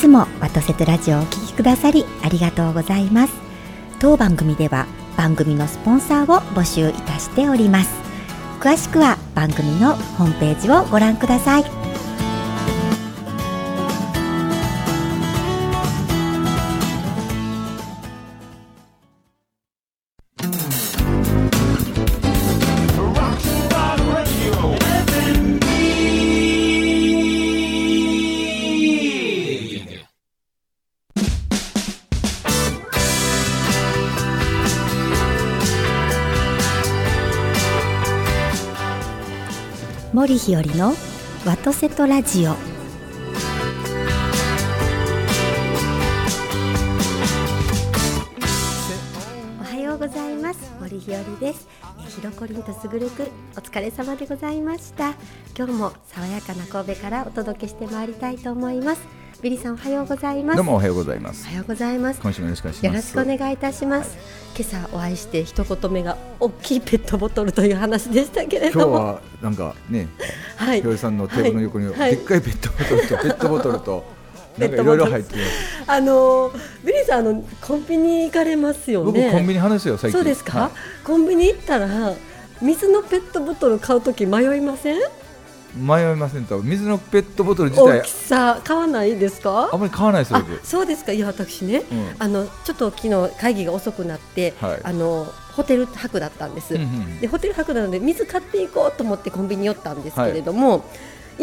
つもワトセトラジオをお聞きくださりありがとうございます。当番組では番組のスポンサーを募集いたしております。詳しくは番組のホームページをご覧ください。森日和のワトセトラジオ。おはようございます。森日和です。ひろこりんとすぐるくん、お疲れ様でございました。今日も爽やかな神戸からお届けしてまいりたいと思います。ビリーさん、おはようございます。 どうもおはようございます。 おはようございます。 今週もよろしくお願いします。 よろしくお願いいたします。今朝お会いして一言目が大きいペットボトルという話でしたけれども、 今日はなんかね、 はい、 ひろりさんのテーブルの横にでっかいペットボトルとペットボトルとなんかいろいろ入っています。 ビリーさん、コンビニ行かれますよね。 僕コンビニ派ですよ最近。 そうですか、 はい、 コンビニ行ったら水のペットボトル買うとき迷いません？ 迷いませんと。水のペットボトル自体大きさ買わないですか？ あんまり買わないですよ。 そうですか。いや、私ね、ちょっと昨日会議が遅くなって、 はい、 ホテル泊だったんです、でホテル泊なので水買っていこうと思ってコンビニ寄ったんですけれども、はい、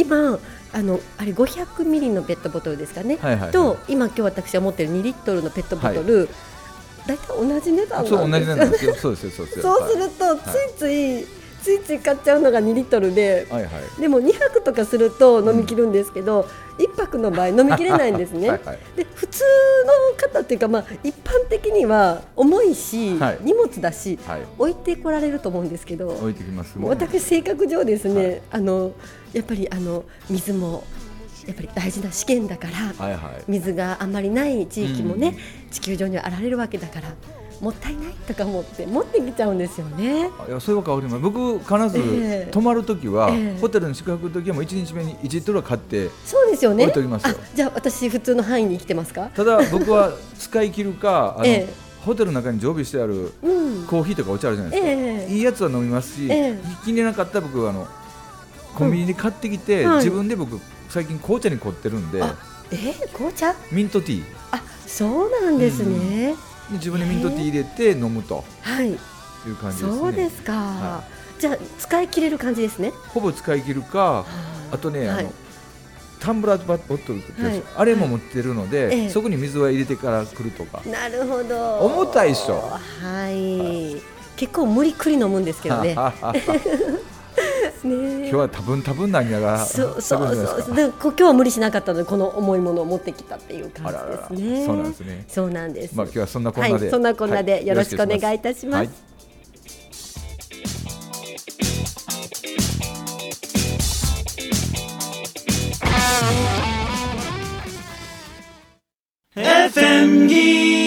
今あれ500ミリのペットボトルですかね、はいはいはい、と今日私が持っている2リットルのペットボトル、はい、だいたい同じ値段なんですよ。 そう、同じ値段ですよ。そうですよ、そうですよ。 そうすると、ついつい買っちゃうのが2リットルで、はいはい、でも2泊とかすると飲み切るんですけど、1泊の場合飲み切れないんですね。はいはい、で普通の方っていうか、一般的には重いし、はい、荷物だし、はい、置いてこられると思うんですけど、 置いてきますね。 私性格上ですね、はい、やっぱり水もやっぱり大事な試験だから、はいはい、水があんまりない地域もね、地球上にはあられるわけだからもったいないとか思って持ってきちゃうんですよね。 いや、それは変わります。僕必ず泊まるときは、ホテルに宿泊のときはもう1日目に1リットルは買ってそうですよね。 置いておきますよ。 じゃあ私普通の範囲に生きてますか？ ただ僕は使い切るかホテルの中に常備してあるコーヒーとかお茶あるじゃないですか、いいやつは飲みますし、気に入らなかったら僕はコンビニで買ってきて、自分で僕最近紅茶に凝ってるんで。 紅茶？ ミントティー。 そうなんですね。 自分でミントティー入れて飲むという感じですね。 そうですか、はい、じゃあ使い切れる感じですね。 ほぼ使い切るか、あとね、タンブラーボトルって、あれも持ってるので、そこに水は入れてから来るとか。 なるほど。 重たいっしょ。 はい、結構無理くり飲むんですけどね。 今日は多分なりながら。 そう今日は無理しなかったのでこの重いものを持ってきたっていう感じですね。 そうなんですね。 そうなんです。 今日はそんなこんなで、 そんなこんなでよろしくお願いいたします。 FM ギ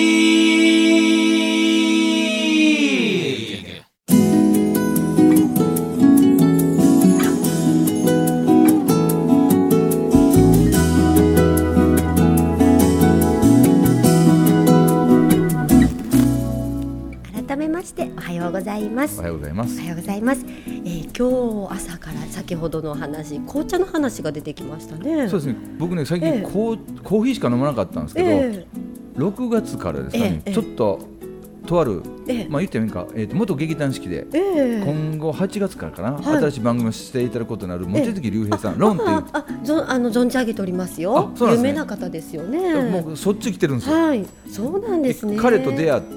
おはようございます。 おはようございます。 おはようございます。今日朝から先ほどの話、紅茶の話が出てきましたね。 そうですね。僕ね、最近コーヒーしか飲まなかったんですけど、6月からですかね、ちょっととある、言ってもいいか、元劇団四季で、今後8月からかな、新しい番組をしていただくことになる望月龍平さん、ロンっていう存じ上げておりますよ。有名な方ですよね。 もうそっち来てるんですよ。 はい、そうなんですね。 彼と出会って、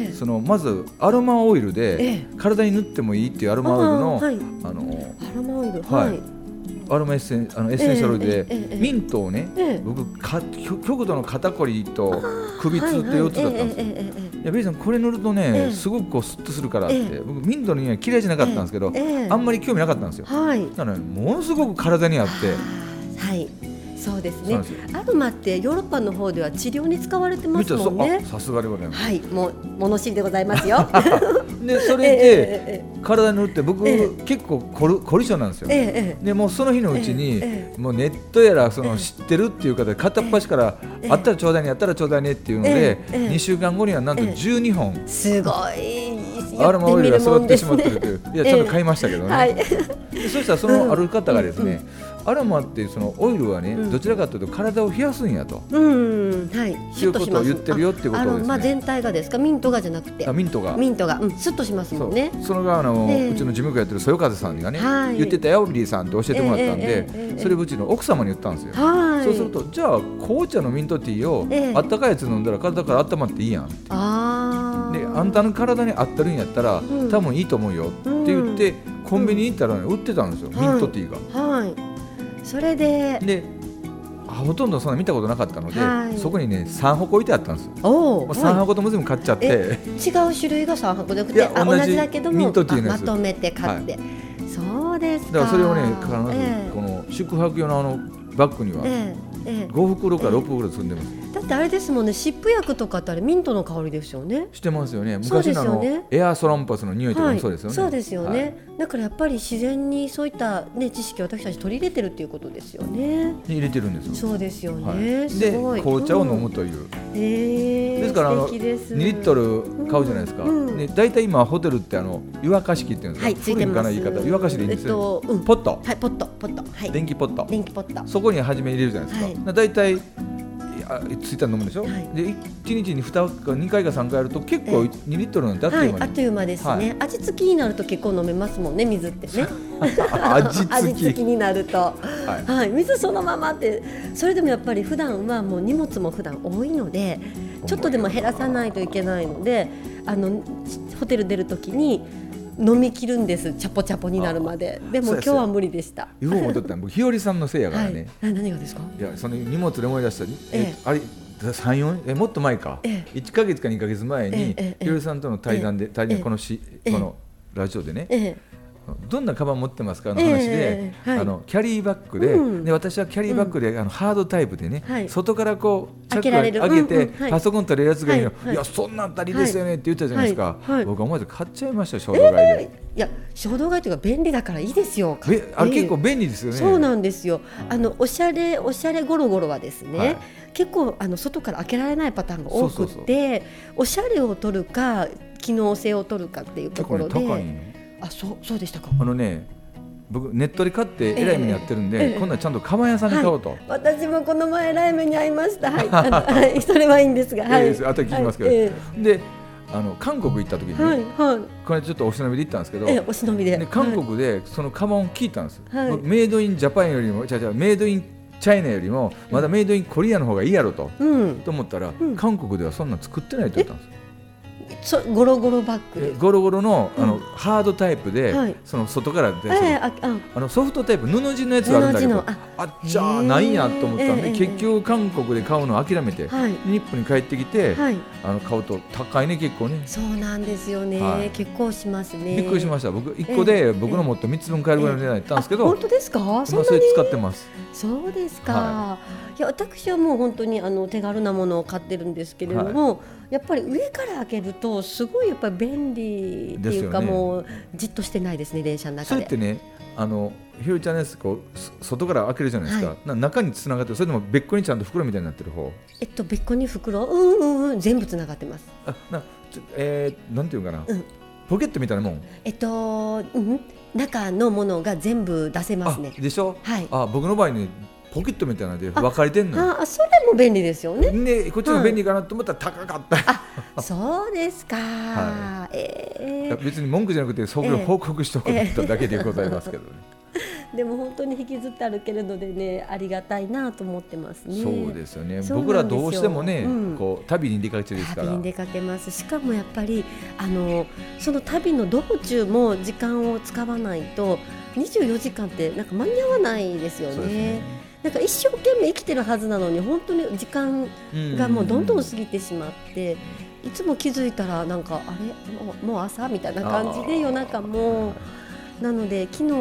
まずアロマオイルで、体に塗ってもいいっていうアロマオイルの、 アロマオイル、 アロマエッセンシャルで、ミントをね、僕極度の肩こりと首痛って腰痛だったんですよ。いや、ベリーさんこれ塗るとね、すごくこうスッとするからって、僕ミントの匂い嫌いじゃなかったんですけど、あんまり興味なかったんですよ。だからものすごく体にあって、 そうですね。アロマってヨーロッパの方では治療に使われてますもんね。 さすがでございます。 はい、もう物知りでございますよ。 でそれで体に塗って僕結構凝り性なんですよ。でもうその日のうちにもうネットやらその知ってるっていう方で片っ端からあったらちょうだいね、やったらちょうだいねっていうので2週間後にはなんと12本すごいアロマオイルが育ってしまってるという、いやちょっと買いましたけどね。そしたらそのある方がですね、アロマっていうそのオイルはね、どちらかというと体を冷やすんやと、はい、いうことを言ってるよっていうことですね。 全体がですか、ミントがじゃなくて、 ミントがスッとしますもんね。 その側のうちの事務局やってるそよ風さんがね、言ってたよビリーさんって教えてもらったんで、それをうちの奥様に言ったんですよ。そうするとじゃあ紅茶のミントティーをあったかいやつ飲んだら体から温まっていいやんって、であんたの体に合ってるんやったら多分いいと思うよって言ってコンビニに行ったらね売ってたんですよ、ミントティーが。 それでほとんどそんな見たことなかったので、そこにね3箱置いてあったんですよ。3箱とも全部買っちゃって、 違う種類が3箱じゃなくて同じだけどもミントティーのやつまとめて買って、そうですか。 だからそれをね必ずこの宿泊用のバッグには5袋から6袋積んでます。 だってあれですもんね、湿布薬とかってあれミントの香りですよね。 してますよね。昔のエアーソランパスの匂いとかもそうですよね。 そうですよね。だからやっぱり自然にそういったね知識を私たち取り入れてるっていうことですよね。 入れてるんですよ。 そうですよね。 で紅茶を飲むという。ですから2リットル買うじゃないですか。だいたい今ホテルって湯沸かし器っていうんですか。古いかな言い方。湯沸かしでいいんですよ。ポット。 はい、ポット。 電気ポット。 電気ポット。 そこに初め入れるじゃないですか。だいたいついたら飲むでしょ、で1日に2回か3回やると結構2リットルなんてあっという間に、 あっという間ですね。味付きになると結構飲めますもんね、水ってね。 味付きになると、水そのままって。それでもやっぱり普段はもう荷物も普段多いのでちょっとでも減らさないといけないので、ホテル出るときに飲み切るんです、チャポチャポになるまで。でも今日は無理でした。 言おう思っとったの日和さんのせいやからね。 何がですか。 いやその荷物で思い出したあれ3、4もっと前か、1ヶ月か2ヶ月前に日和さんとの対談でこのラジオでね、どんなカバン持ってますかの話で、キャリーバッグで、私はキャリーバッグでハードタイプでね、外からこうチャック開けてパソコン取れるやつがいいの、いやそんなんあたりですよねって言ったじゃないですか。僕は思わず買っちゃいました、衝動買いで。 いや衝動買いというか便利だからいいですよ。 あれ結構便利ですよね。 そうなんですよ。おしゃれゴロゴロはですね、結構外から開けられないパターンが多くて、おしゃれを取るか機能性を取るかっていうところで。高いね。そうでしたか。 僕ネットで買ってえらい目にやってるんで、今度はちゃんとカバン屋さんで買おうと。 私もこの前えらい目に遭いました。それはいいんですが、 あと聞きますけど、で韓国行った時にこれちょっとお忍びで行ったんですけど、 お忍びで韓国でそのカバンを聞いたんです。メイドインジャパンよりもメイドインチャイナよりもまだメイドインコリアの方がいいやろと思ったら、韓国ではそんな作ってないって言ったんです。 ゴロゴロバッグ、 ゴロゴロのハードタイプで、その外からソフトタイプ布地のやつがあるんだけど、じゃあないんやと思ったんで、結局韓国で買うのを諦めて日本に帰ってきて買うと高いね、結構ね。 そうなんですよね、結構しますね。 びっくりしました。僕1個で僕のもっと3つ分買えるぐらいの値段やったんですけど。 本当ですか。 それ使ってます。 そうですか。いや私はもう本当に手軽なものを買ってるんですけれども、やっぱり上から開けるとすごいやっぱり便利っていうか、もうじっとしてないですね、電車の中で。 それってね、ひろちゃんのやつこう外から開けるじゃないですか、中につながってる、それとも別個にちゃんと袋みたいになってる方。 別個に袋、全部つながってます。 なんていうかな、ポケットみたいなもん。 中のものが全部出せますね。 でしょ。僕の場合ね、ポケットみたいなので分かれてんのよ。 それも便利ですよね。 でこっちの便利かなと思ったら高かった。 そうですか。 別に文句じゃなくてそこを報告しておくだけでございますけどね。 でも本当に引きずって歩けるのでね、ありがたいなと思ってますね。 そうですよね。僕らどうしてもね、こう旅に出かけですから。 旅に出かけます。しかもやっぱりその旅の道中も時間を使わないと24時間ってなんか間に合わないですよね。なんか一生懸命生きてるはずなのに本当に時間がもうどんどん過ぎてしまって、いつも気づいたらなんかあれもう朝みたいな感じで夜中もなので、昨日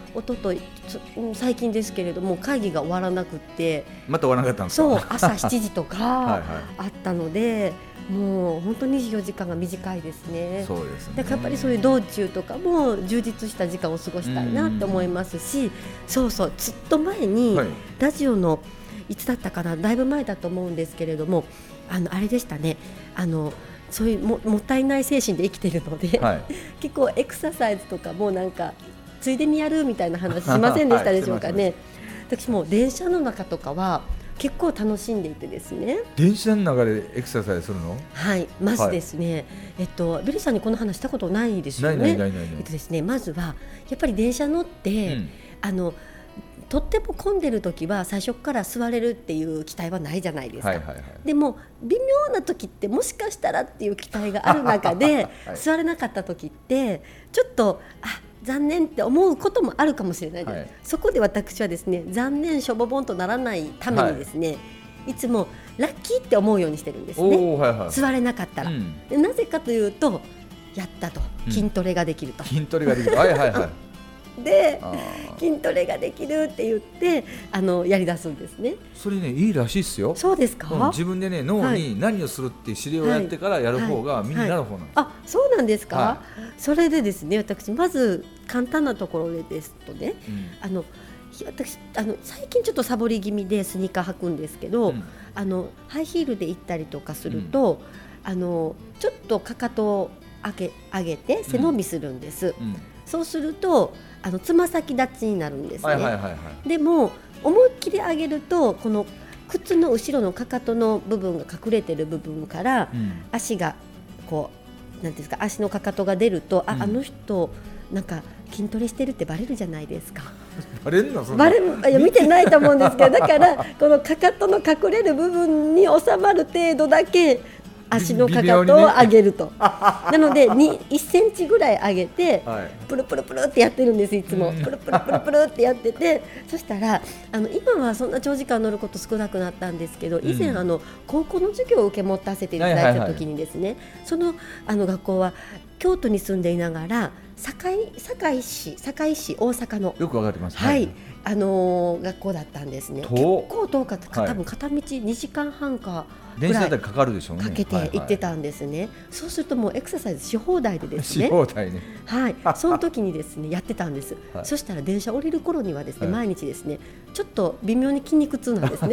一昨日最近ですけれども会議が終わらなくってまた終わらなかったんですか。 そう朝7時とかあったのでもう本当に24時間が短いですね。 そうですね。 だからやっぱりそういう道中とかも充実した時間を過ごしたいなって思いますし、そうそうずっと前にラジオのいつだったかなだいぶ前だと思うんですけれどもあれでしたねそういうもったいない精神で生きているので、結構エクササイズとかもなんかついでにやるみたいな話しませんでしたでしょうかね。私も電車の中とかは結構楽しんでいてですね。 電車の中でエクササイズするの？ はい、まずですね、ビルさんにこの話したことないですよね。ですね、まずはやっぱり電車乗って、とっても混んでる時は最初から座れるっていう期待はないじゃないですか。でも微妙な時ってもしかしたらっていう期待がある中で、座れなかった時ってちょっと残念って思うこともあるかもしれないです、そこで私はですね残念しょぼぼんとならないためにですね、いつもラッキーって思うようにしてるんですね、座れなかったら、でなぜかというとやったと筋トレができると、 筋トレができるで筋トレができるって言ってやり出すんですね。 それねいいらしいですよ。 そうですか、 自分でね脳に何をするっていう指令をやってからやる方が身になる方なんです。 そうなんですか、それでですね私まず簡単なところでですとね、私最近ちょっとサボり気味でスニーカー履くんですけど、ハイヒールで行ったりとかすると、ちょっとかかとを上げて背伸びするんです、そうするとつま先立ちになるんですね、でも思いっきり上げるとこの靴の後ろのかかとの部分が隠れてる部分から、足がこうなんていうんですか足のかかとが出るとあの人なんか筋トレしてるってバレるじゃないですか。 バレるの？ いや見てないと思うんですけどだからこのかかとの隠れる部分に収まる程度だけ足のかかとを上げると、なので1センチぐらい上げて、プルプルプルってやってるんですいつも、プルプルプルプルってやっててそしたら今はそんな長時間乗ること少なくなったんですけど以前高校の授業を受け持たせていただいた時にですね、その学校は京都に住んでいながら堺市大阪のよくわかります、 学校だったんですね。結構遠かった多分片道2時間半か電車でかかるでしょうね。 かけて行ってたんですね、そうするともうエクササイズし放題でですねし放題ね、 その時にですねやってたんです、そしたら電車降りる頃にはですね、毎日ですねちょっと微妙に筋肉痛なんですね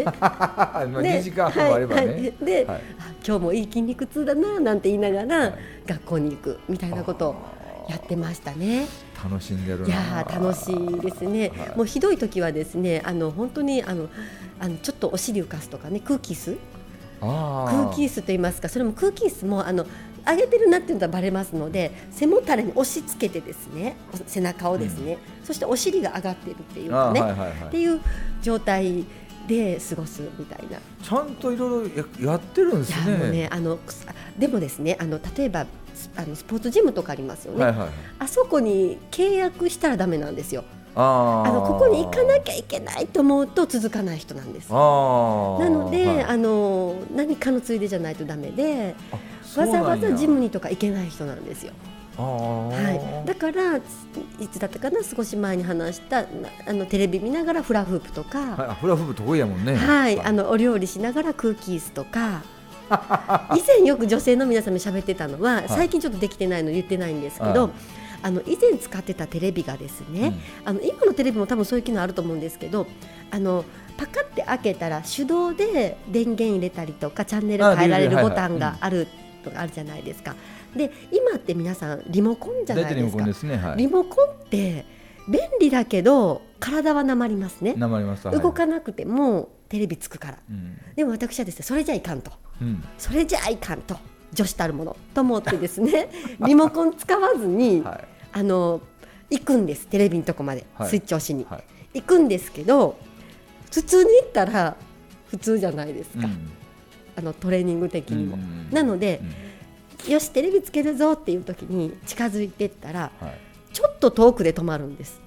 2時間半あればね、 で、今日もいい筋肉痛だななんて言いながら、学校に行くみたいなことをやってましたね。 楽しんでるな。 いや楽しいですね、もうひどい時はですね本当にちょっとお尻浮かすとかね空気椅子と言いますか、それも空気椅子も上げてるなっていうのはバレますので背もたれに押し付けてですね背中をですね、そしてお尻が上がってるっていうかね、っていう状態で過ごすみたいな。 ちゃんといろいろやってるんですね。 いやもうねでもですね例えばスポーツジムとかありますよね、あそこに契約したらダメなんですよ。ここに行かなきゃいけないと思うと続かない人なんです。なので、何かのついでじゃないとダメでわざわざジムにとか行けない人なんですよ。だからいつだったかな少し前に話したテレビ見ながらフラフープとか、 フラフープ得意やもんね。 お料理しながら空気椅子とか以前よく女性の皆さんに喋ってたのは、最近ちょっとできてないの言ってないんですけど、以前使ってたテレビがですね、今のテレビも多分そういう機能あると思うんですけどパカって開けたら手動で電源入れたりとかチャンネル変えられるボタンがあるとかあるじゃないですか。で今って皆さんリモコンじゃないですか。リモコンって便利だけど体はなまりますね。動かなくてもテレビつくから、でも私はですねそれじゃいかんと、それじゃいかんと女子たるものと思ってですねリモコン使わずに、行くんですテレビのとこまで、スイッチ押しに、行くんですけど普通に行ったら普通じゃないですか、トレーニング的にも、なので、よしテレビつけるぞっていう時に近づいていったら、ちょっと遠くで止まるんです。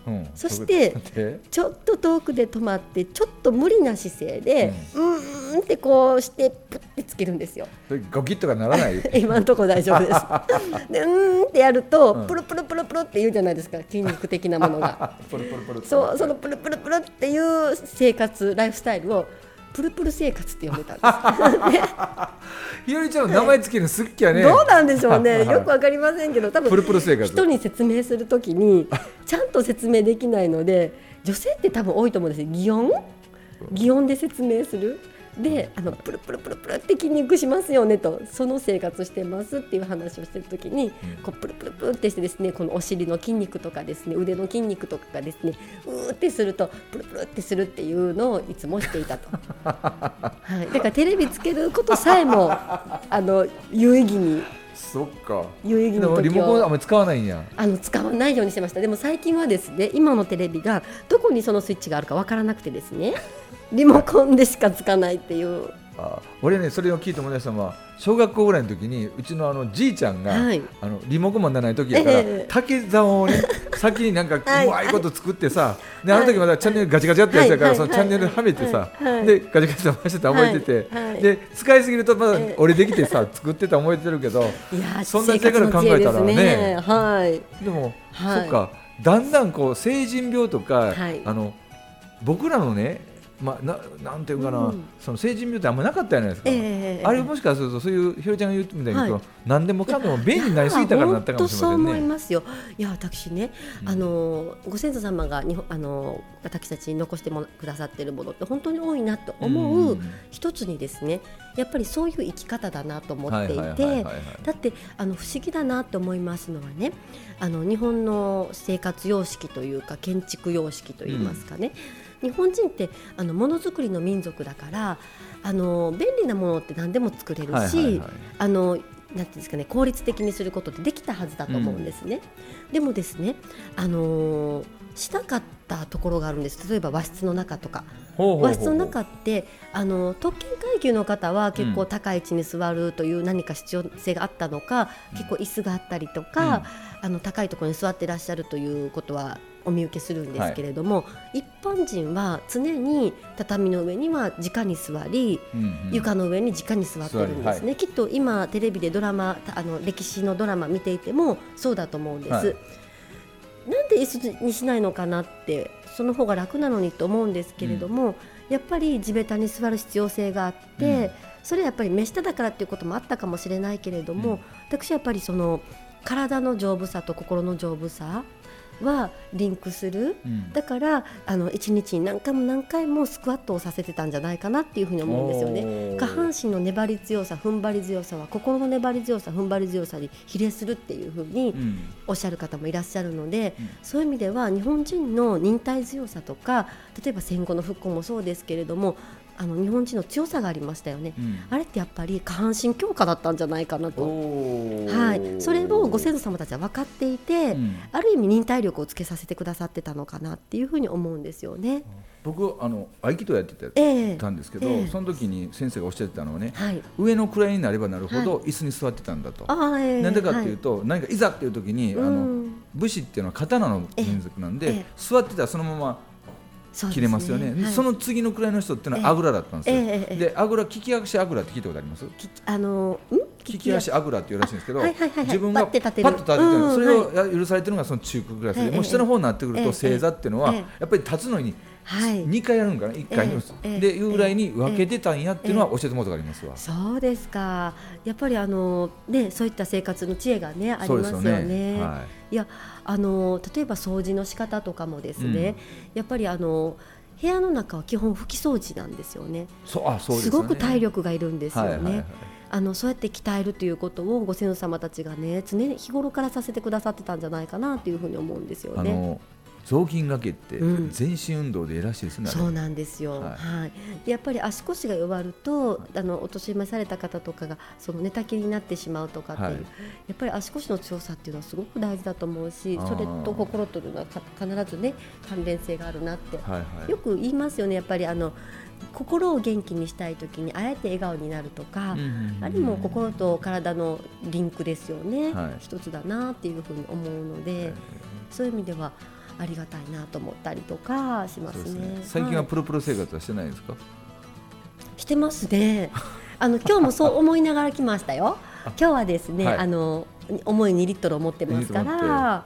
そしてちょっと遠くで止まってちょっと無理な姿勢でってこうしてプッてつけるんですよ。 ゴキッとかならない今のところ大丈夫ですでってやるとプルプルプルプルって言うじゃないですか、筋肉的なものがプルプルプルそうそのプルプルプルっていう生活ライフスタイルをプルプル生活って呼んでたんですひよりちゃんの名前つけるの好きやね。 どうなんでしょうねよくわかりませんけど、多分プルプル生活人に説明するときにちゃんと説明できないので、女性って多分多いと思うんですよ。擬音で説明するで、プルプルプルプルって筋肉しますよねと、その生活してますっていう話をしてるときに、こうプルプルプルってしてですね、このお尻の筋肉とかですね、腕の筋肉とかがですね、うーってするとプルプルってするっていうのをいつもしていたとはい、だからテレビつけることさえも有意義にそっか。 有意義の時をでもリモコンあんまり使わないんや。 使わないようにしてました。でも最近はですね、今のテレビがどこにそのスイッチがあるかわからなくてですね、リモコンでしかつかないっていう。 俺ね、それを聞いて思い出したのは、小学校ぐらいの時にうちのじいちゃんが、はい、リモコンもならない時やから、竹竿をね先になんかうまいこと作ってさ、で時まだチャンネルガチガチやってやつやから、そのチャンネルはめてさ、でガチガチと回してた覚えてて、で使いすぎるとまだ俺できてさ作ってた覚えてるけど、そんな時代から考えたらね、でも、そっか、だんだんこう成人病とか、僕らのね、なんていうかな、その成人病ってあんまなかったじゃないですか、あれもしかするとそういうひろちゃんが言うみたいに、何でもかんでも便利になりすぎたからなったかもしれませんね。 そう思いますよ。いや私ね、ご先祖様が私たちに残してくださっているものって本当に多いなと思う一つにですね、やっぱりそういう生き方だなと思っていて、だって不思議だなと思いますのはね、日本の生活様式というか建築様式といいますかね、日本人ってものづくりの民族だから、便利なものって何でも作れるし、なんていうんですかね、効率的にすることってできたはずだと思うんですね。でもですね、しなかったところがあるんです。例えば和室の中とか、和室の中って特権階級の方は結構高い位置に座るという何か必要性があったのか、結構椅子があったりとか、高いところに座ってらっしゃるということはお見受けするんですけれども、一般人は常に畳の上には直に座り、床の上に直に座ってるんですね。きっと今テレビでドラマ、歴史のドラマ見ていてもそうだと思うんです。なんで椅子にしないのかなって、その方が楽なのにと思うんですけれども、やっぱり地べたに座る必要性があって、それはやっぱり目下だからっていうこともあったかもしれないけれども、私はやっぱりその体の丈夫さと心の丈夫さはリンクする、だから1日に何回も何回もスクワットをさせてたんじゃないかなっていうふうに思うんですよね。下半身の粘り強さ、踏ん張り強さは心の粘り強さ、踏ん張り強さに比例するっていうふうにおっしゃる方もいらっしゃるので、そういう意味では日本人の忍耐強さとか、例えば戦後の復興もそうですけれども、日本人の強さがありましたよね、あれってやっぱり下半身強化だったんじゃないかなと、それをご先祖様たちは分かっていて、ある意味忍耐力をつけさせてくださってたのかなっていうふうに思うんですよね。 僕合気道やってたんですけど、その時に先生がおっしゃってたのはね、上の位になればなるほど椅子に座ってたんだと、なんでかっていうと、何かいざっていう時に武士っていうのは刀の民族なんで、座ってたらそのまま切れますよね。その次の位の人っていうのはあぐらだったんですよ。であぐら、利き足あぐらって聞いたことあります？利き足あぐらっていうらしいんですけど、自分がパッと立ててる、それを許されてるのがその中級クラスで、もう下の方になってくると正座っていうのはやっぱり立つのに2回やるんかな、1回でいうぐらいに分けてたんやっていうのは教えてもらったことがありますわ。 そうですか。やっぱりそういった生活の知恵がねありますよね。いや例えば掃除の仕方とかもですね、やっぱり部屋の中は基本拭き掃除なんですよね。すごく体力がいるんですよね。そうやって鍛えるということをご先祖様たちがね、常に日頃からさせてくださってたんじゃないかなというふうに思うんですよね。 雑巾がけって全身運動でいいらしいですね。 そうなんですよ。でやっぱり足腰が弱るとお年召された方とかがその寝たきりになってしまうとかっていう、やっぱり足腰の強さっていうのはすごく大事だと思うし、それと心というのは必ずね関連性があるなって、よく言いますよね。やっぱり心を元気にしたいときにあえて笑顔になるとか、あれも心と体のリンクですよね、一つだなっていうふうに思うので、そういう意味ではありがたいなと思ったりとかしますね。 最近はプロプロ生活はしてないですか？ してますね。今日もそう思いながら来ましたよ。今日はですね、重い2リットルを持ってますから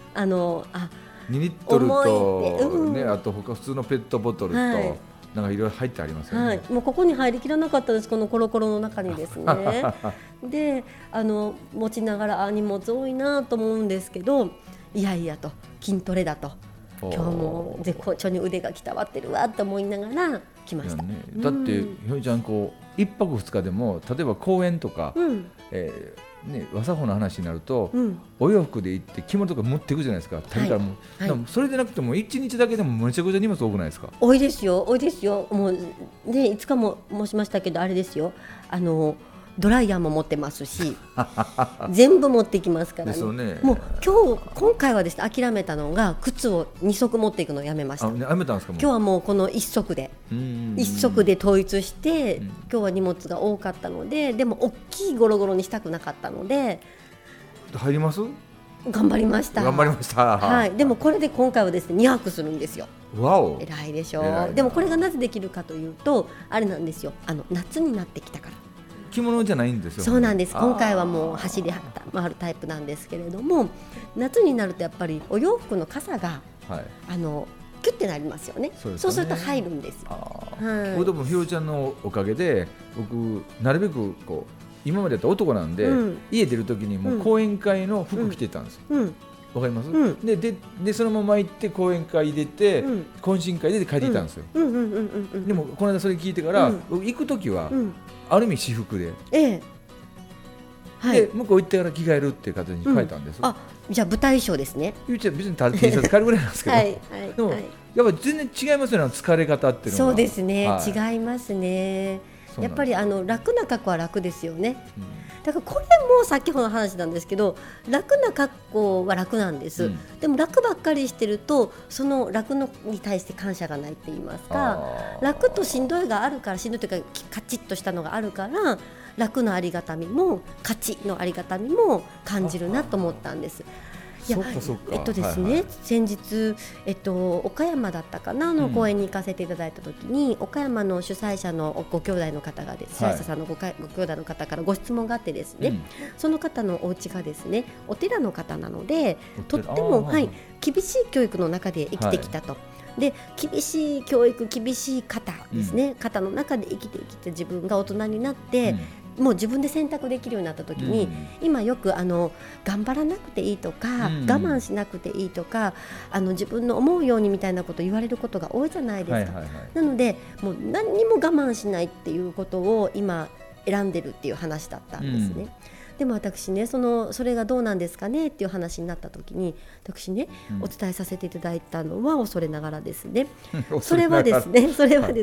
2リットルと、あと他普通のペットボトルと、なんかいろいろ入ってありますよね。 もうここに入りきらなかったです、このコロコロの中にですね。で持ちながら荷物多いなと思うんですけど、いやいやと筋トレだと、今日も絶好調に腕が鍛わってるわと思いながら来ました。 だってひょいちゃん1泊2日でも例えば公園とか、和作法の話になると、お洋服で行って着物とか持っていくじゃないですか。それでなくても1日だけでもめちゃくちゃ荷物多くないですか？ 多いですよ、多いですよ。もうね、いつかも申しましたけど、あれですよ、ドライヤーも持ってますし全部持ってきますから ね。もう今回はですね、諦めたのが靴を2足持っていくのをやめました。 やめたんですか？ 今日はもうこの1足で統一して、今日は荷物が多かったので、でも大きいゴロゴロにしたくなかったので。 入ります？ 頑張りました。はい。でもこれで今回はですね2泊するんですよ。 わお。 偉いでしょ。でもこれがなぜできるかというと、あれなんですよ、夏になってきたから。 着物じゃないんですよ。 そうなんです。今回はもう走り回るタイプなんですけれども、夏になるとやっぱりお洋服の傘が、キュッてなりますよね。そうすると入るんですよ。 でもひよちゃんのおかげで僕なるべく今までやった男なんで、家出る時にもう講演会の服着てたんですよ。わかります？でそのまま行って講演会出て、懇親会出て帰ってきたんですよ。でもこの間それ聞いてから、行く時はある意味私服で、で向こう行ってから着替えるっていう形に変えたんです。 じゃあ舞台衣装ですね。 別にTシャツ買るぐらいなんですけど、でもやっぱ全然違いますよね、疲れ方っていうのが。 そうですね、違いますね。やっぱり楽な格好は楽ですよね。だからこれも先ほどの話なんですけど、楽な格好は楽なんです。でも楽ばっかりしてると、その楽のに対して感謝がないって言いますか、楽としんどいがあるから、しんどいというかカチッとしたのがあるから、楽のありがたみもカチッのありがたみも感じるなと思ったんです。ですね、先日、岡山だったかなの公演に行かせていただいたときに、岡山の主催者のご兄弟の方がです、主催者さんのご兄弟の方からご質問があってですね、その方のお家がですね、お寺の方なので、とっても、厳しい教育の中で生きてきたと。で、厳しい教育、厳しい方ですね、方の中で生きて自分が大人になって、もう自分で選択できるようになった時に、今よく頑張らなくていいとか、我慢しなくていいとか、自分の思うようにみたいなことを言われることが多いじゃないですか。なのでもう何にも我慢しないっていうことを今選んでるっていう話だったんですね。でも私ね、それがどうなんですかねっていう話になった時に、私ね、お伝えさせていただいたのは恐れながらですねそれはですね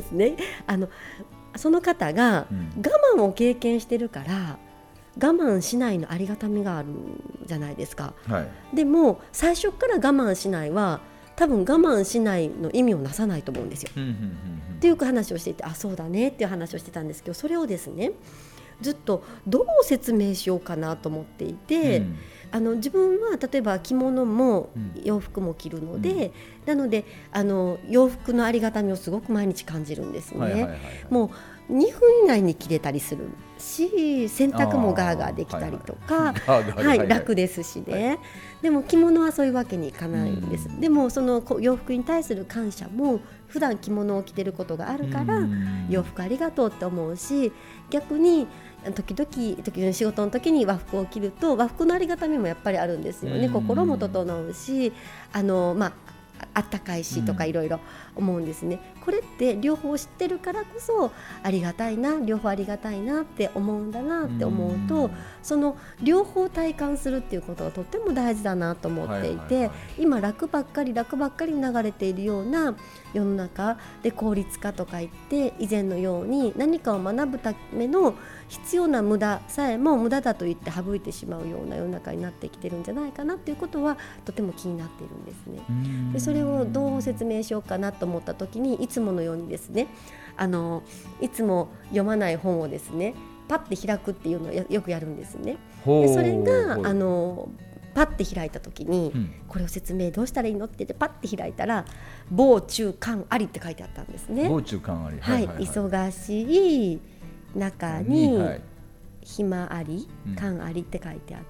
その方が我慢を経験してるから、我慢しないのありがたみがあるじゃないですか。でも最初から我慢しないは多分我慢しないの意味をなさないと思うんですよ。っていう話をしていて、そうだねっていう話をしてたんですけど、それをですねずっとどう説明しようかなと思っていて、自分は例えば着物も洋服も着るので、なので洋服のありがたみをすごく毎日感じるんですね。もう2分以内に着れたりするし、洗濯もガーガーできたりとか、楽ですしね。でも着物はそういうわけにいかないんです。でもその洋服に対する感謝も、普段着物を着てることがあるから洋服ありがとうって思うし、逆に時々仕事の時に和服を着ると、和服のありがたみもやっぱりあるんですよね。心も整うし、あったかいしとかいろいろ思うんですね。これって両方知ってるからこそありがたいな、両方ありがたいなって思うんだなって思うと、その両方体感するっていうことがとっても大事だなと思っていて、今楽ばっかりに流れているような世の中で、効率化とか言って以前のように何かを学ぶための必要な無駄さえも無駄だと言って省いてしまうような世の中になってきてるんじゃないかなっていうことはとても気になっているんですね。でそれをどう説明しようかなと思った時に、いつものようにですね、いつも読まない本をですねパッて開くっていうのをよくやるんですね。でそれがパッて開いた時に、これを説明どうしたらいいのって言ってパッて開いたら傍中間ありって書いてあったんですね。 傍中間あり、 はい、忙しい中に、暇あり間ありって書いてあって、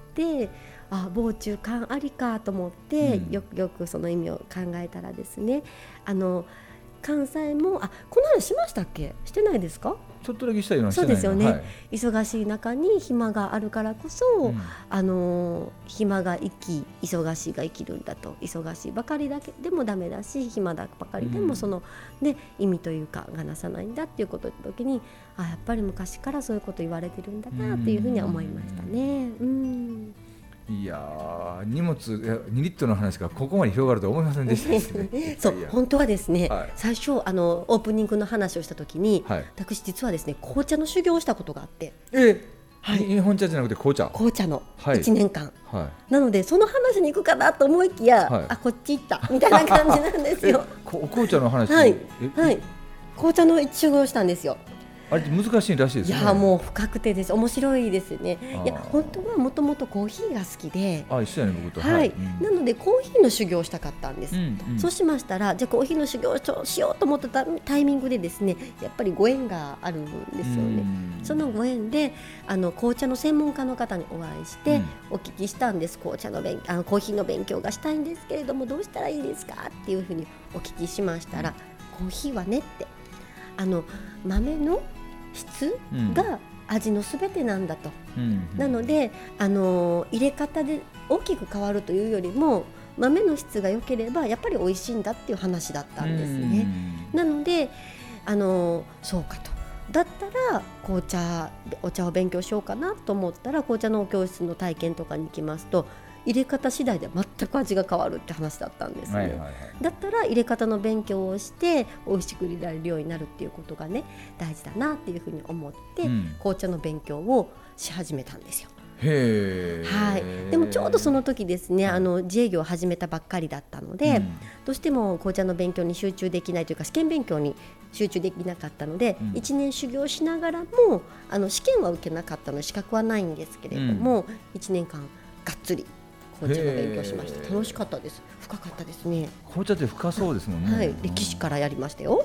傍中間ありかと思って、よくその意味を考えたらですね、関西もこの話しましたっけ？してないですか？ ちょっとだけしたような。 そうですよね、忙しい中に暇があるからこそ、暇が生き忙しいが生きるんだと。忙しいばかりだけでもダメだし、暇だばかりでもその、意味というかがなさないんだっていうことの時に、やっぱり昔からそういうこと言われてるんだなっていうふうには思いましたね。 いやー、荷物2リットルの話がここまで広がるとは思いませんでしたですね。 そう、本当はですね、最初オープニングの話をした時に、私実はですね紅茶の修行をしたことがあって、 日本茶じゃなくて紅茶の1年間、なのでその話に行くかなと思いきや、こっち行ったみたいな感じなんですよ。 紅茶の話、 紅茶の修行をしたんですよ。 あれ難しいらしいですね。 いや、もう深くてです、面白いですね。いや、本当はもともとコーヒーが好きで、 一緒やね、僕と。 なのでコーヒーの修行をしたかったんです。そうしましたら、じゃあコーヒーの修行をしようと思ったタイミングでですね、やっぱりご縁があるんですよね。そのご縁で紅茶の専門家の方にお会いしてお聞きしたんです。コーヒーの勉強がしたいんですけれどもどうしたらいいですかっていうふうにお聞きしましたら、コーヒーはねって、豆の質が味のすべてなんだと、なので入れ方で大きく変わるというよりも豆の質が良ければやっぱり美味しいんだっていう話だったんですね。なのでそうかと、だったらお茶を勉強しようかなと思ったら、紅茶の教室の体験とかに行きますと入れ方次第で全く味が変わるって話だったんですね。だったら入れ方の勉強をして美味しく入れられるようになるっていうことがね大事だなっていうふうに思って、紅茶の勉強をし始めたんですよ。でもちょうどその時ですね、自営業を始めたばっかりだったので、どうしても紅茶の勉強に集中できないというか試験勉強に集中できなかったので、1年修行しながらも試験は受けなかったので資格はないんですけれども、1年間がっつり紅茶の勉強しました。楽しかったです。深かったですね。 紅茶って深そうですもんね。 歴史からやりましたよ。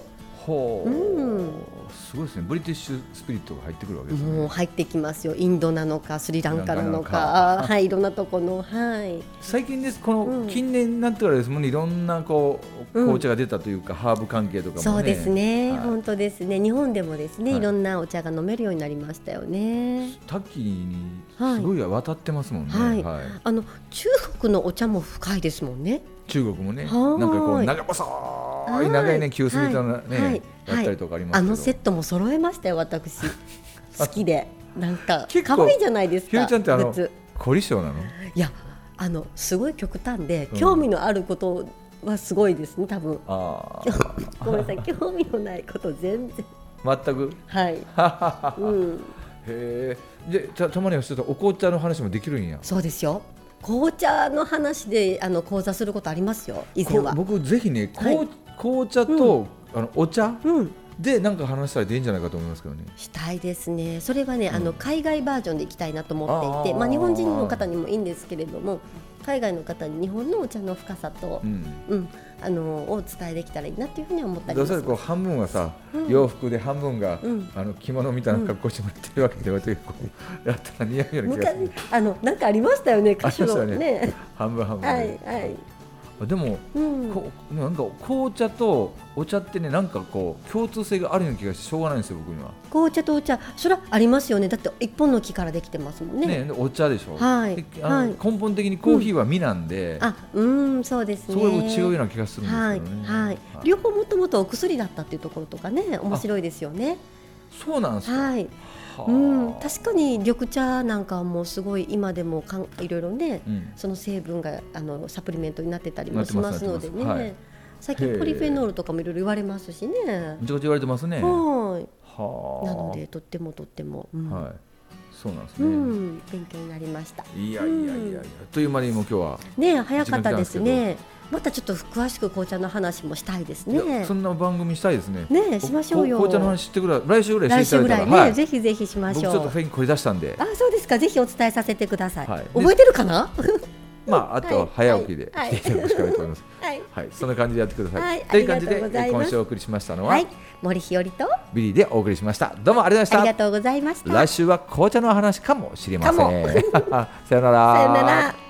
すごいですね。ブリティッシュスピリットが入ってくるわけですね。 もう入ってきますよ。インドなのかスリランカなのか、いろんなとこの、 最近です。この近年になってからですもんね、いろんな紅茶が出たというか、ハーブ関係とかもね。 そうですね、本当ですね。日本でもですね、いろんなお茶が飲めるようになりましたよね。 多岐にすごい渡ってますもんね。 中国のお茶も深いですもんね。 中国もね、なんか長いね急須みたいなねやったりとかありますけど、 セットも揃えましたよ私。好きで、なんか可愛いじゃないですか。 ひろちゃんって凝り性なの？ いや、すごい極端で、興味のあることはすごいですね、多分。ごめんなさい、興味のないこと全然全く。へえ。でたまにはちょっとお紅茶の話もできるんや。 そうですよ。紅茶の話で講座することありますよ、以前は。 僕ぜひね、紅茶とお茶でなんか話したらいいんじゃないかと思いますけどね。 したいですね。それはね、海外バージョンでいきたいなと思っていて、日本人の方にもいいんですけれども、海外の方に日本のお茶の深さと、を伝えできたらいいなっていうふうに思ったります。 どうせ半分はさ、洋服で半分が着物みたいな格好してもらってるわけでは、やったら似合うような気がする。 なんかありましたよね、歌手のね。 半分でも、なんか紅茶とお茶ってね、なんか共通性があるような気がしてしょうがないんですよ、僕には。 紅茶とお茶、それはありますよね。だって一本の木からできてますもんね。 お茶でしょ。根本的にコーヒーは実なんで、 そうですね。 それも違うような気がするんですけどね。 両方もともとお薬だったっていうところとかね、面白いですよね。 そうなんですか。 確かに緑茶なんかもすごい今でもいろいろね、その成分がサプリメントになってたりもしますのでね。最近ポリフェノールとかもいろいろ言われますしね。 めちゃくちゃ言われてますね。なのでとってもそうなんですね。 勉強になりました。 いやという間にも今日はね、早かったですね。またちょっと詳しく紅茶の話もしたいですね。 そんな番組したいですね。 ね、しましょうよ。 紅茶の話してください。来週ぐらいしていただいたら、 ぜひぜひしましょう。 僕ちょっとフェイン声出したんで。 そうですか。ぜひお伝えさせてください。覚えてるかな？ あと早起きで来ていただくしかないと思います。はい、そんな感じでやってください。という感じで今週お送りしましたのは森ひよりとビリーでお送りしました。どうもありがとうございました。 ありがとうございました。 来週は紅茶の話かもしれません。さよなら。 さよなら。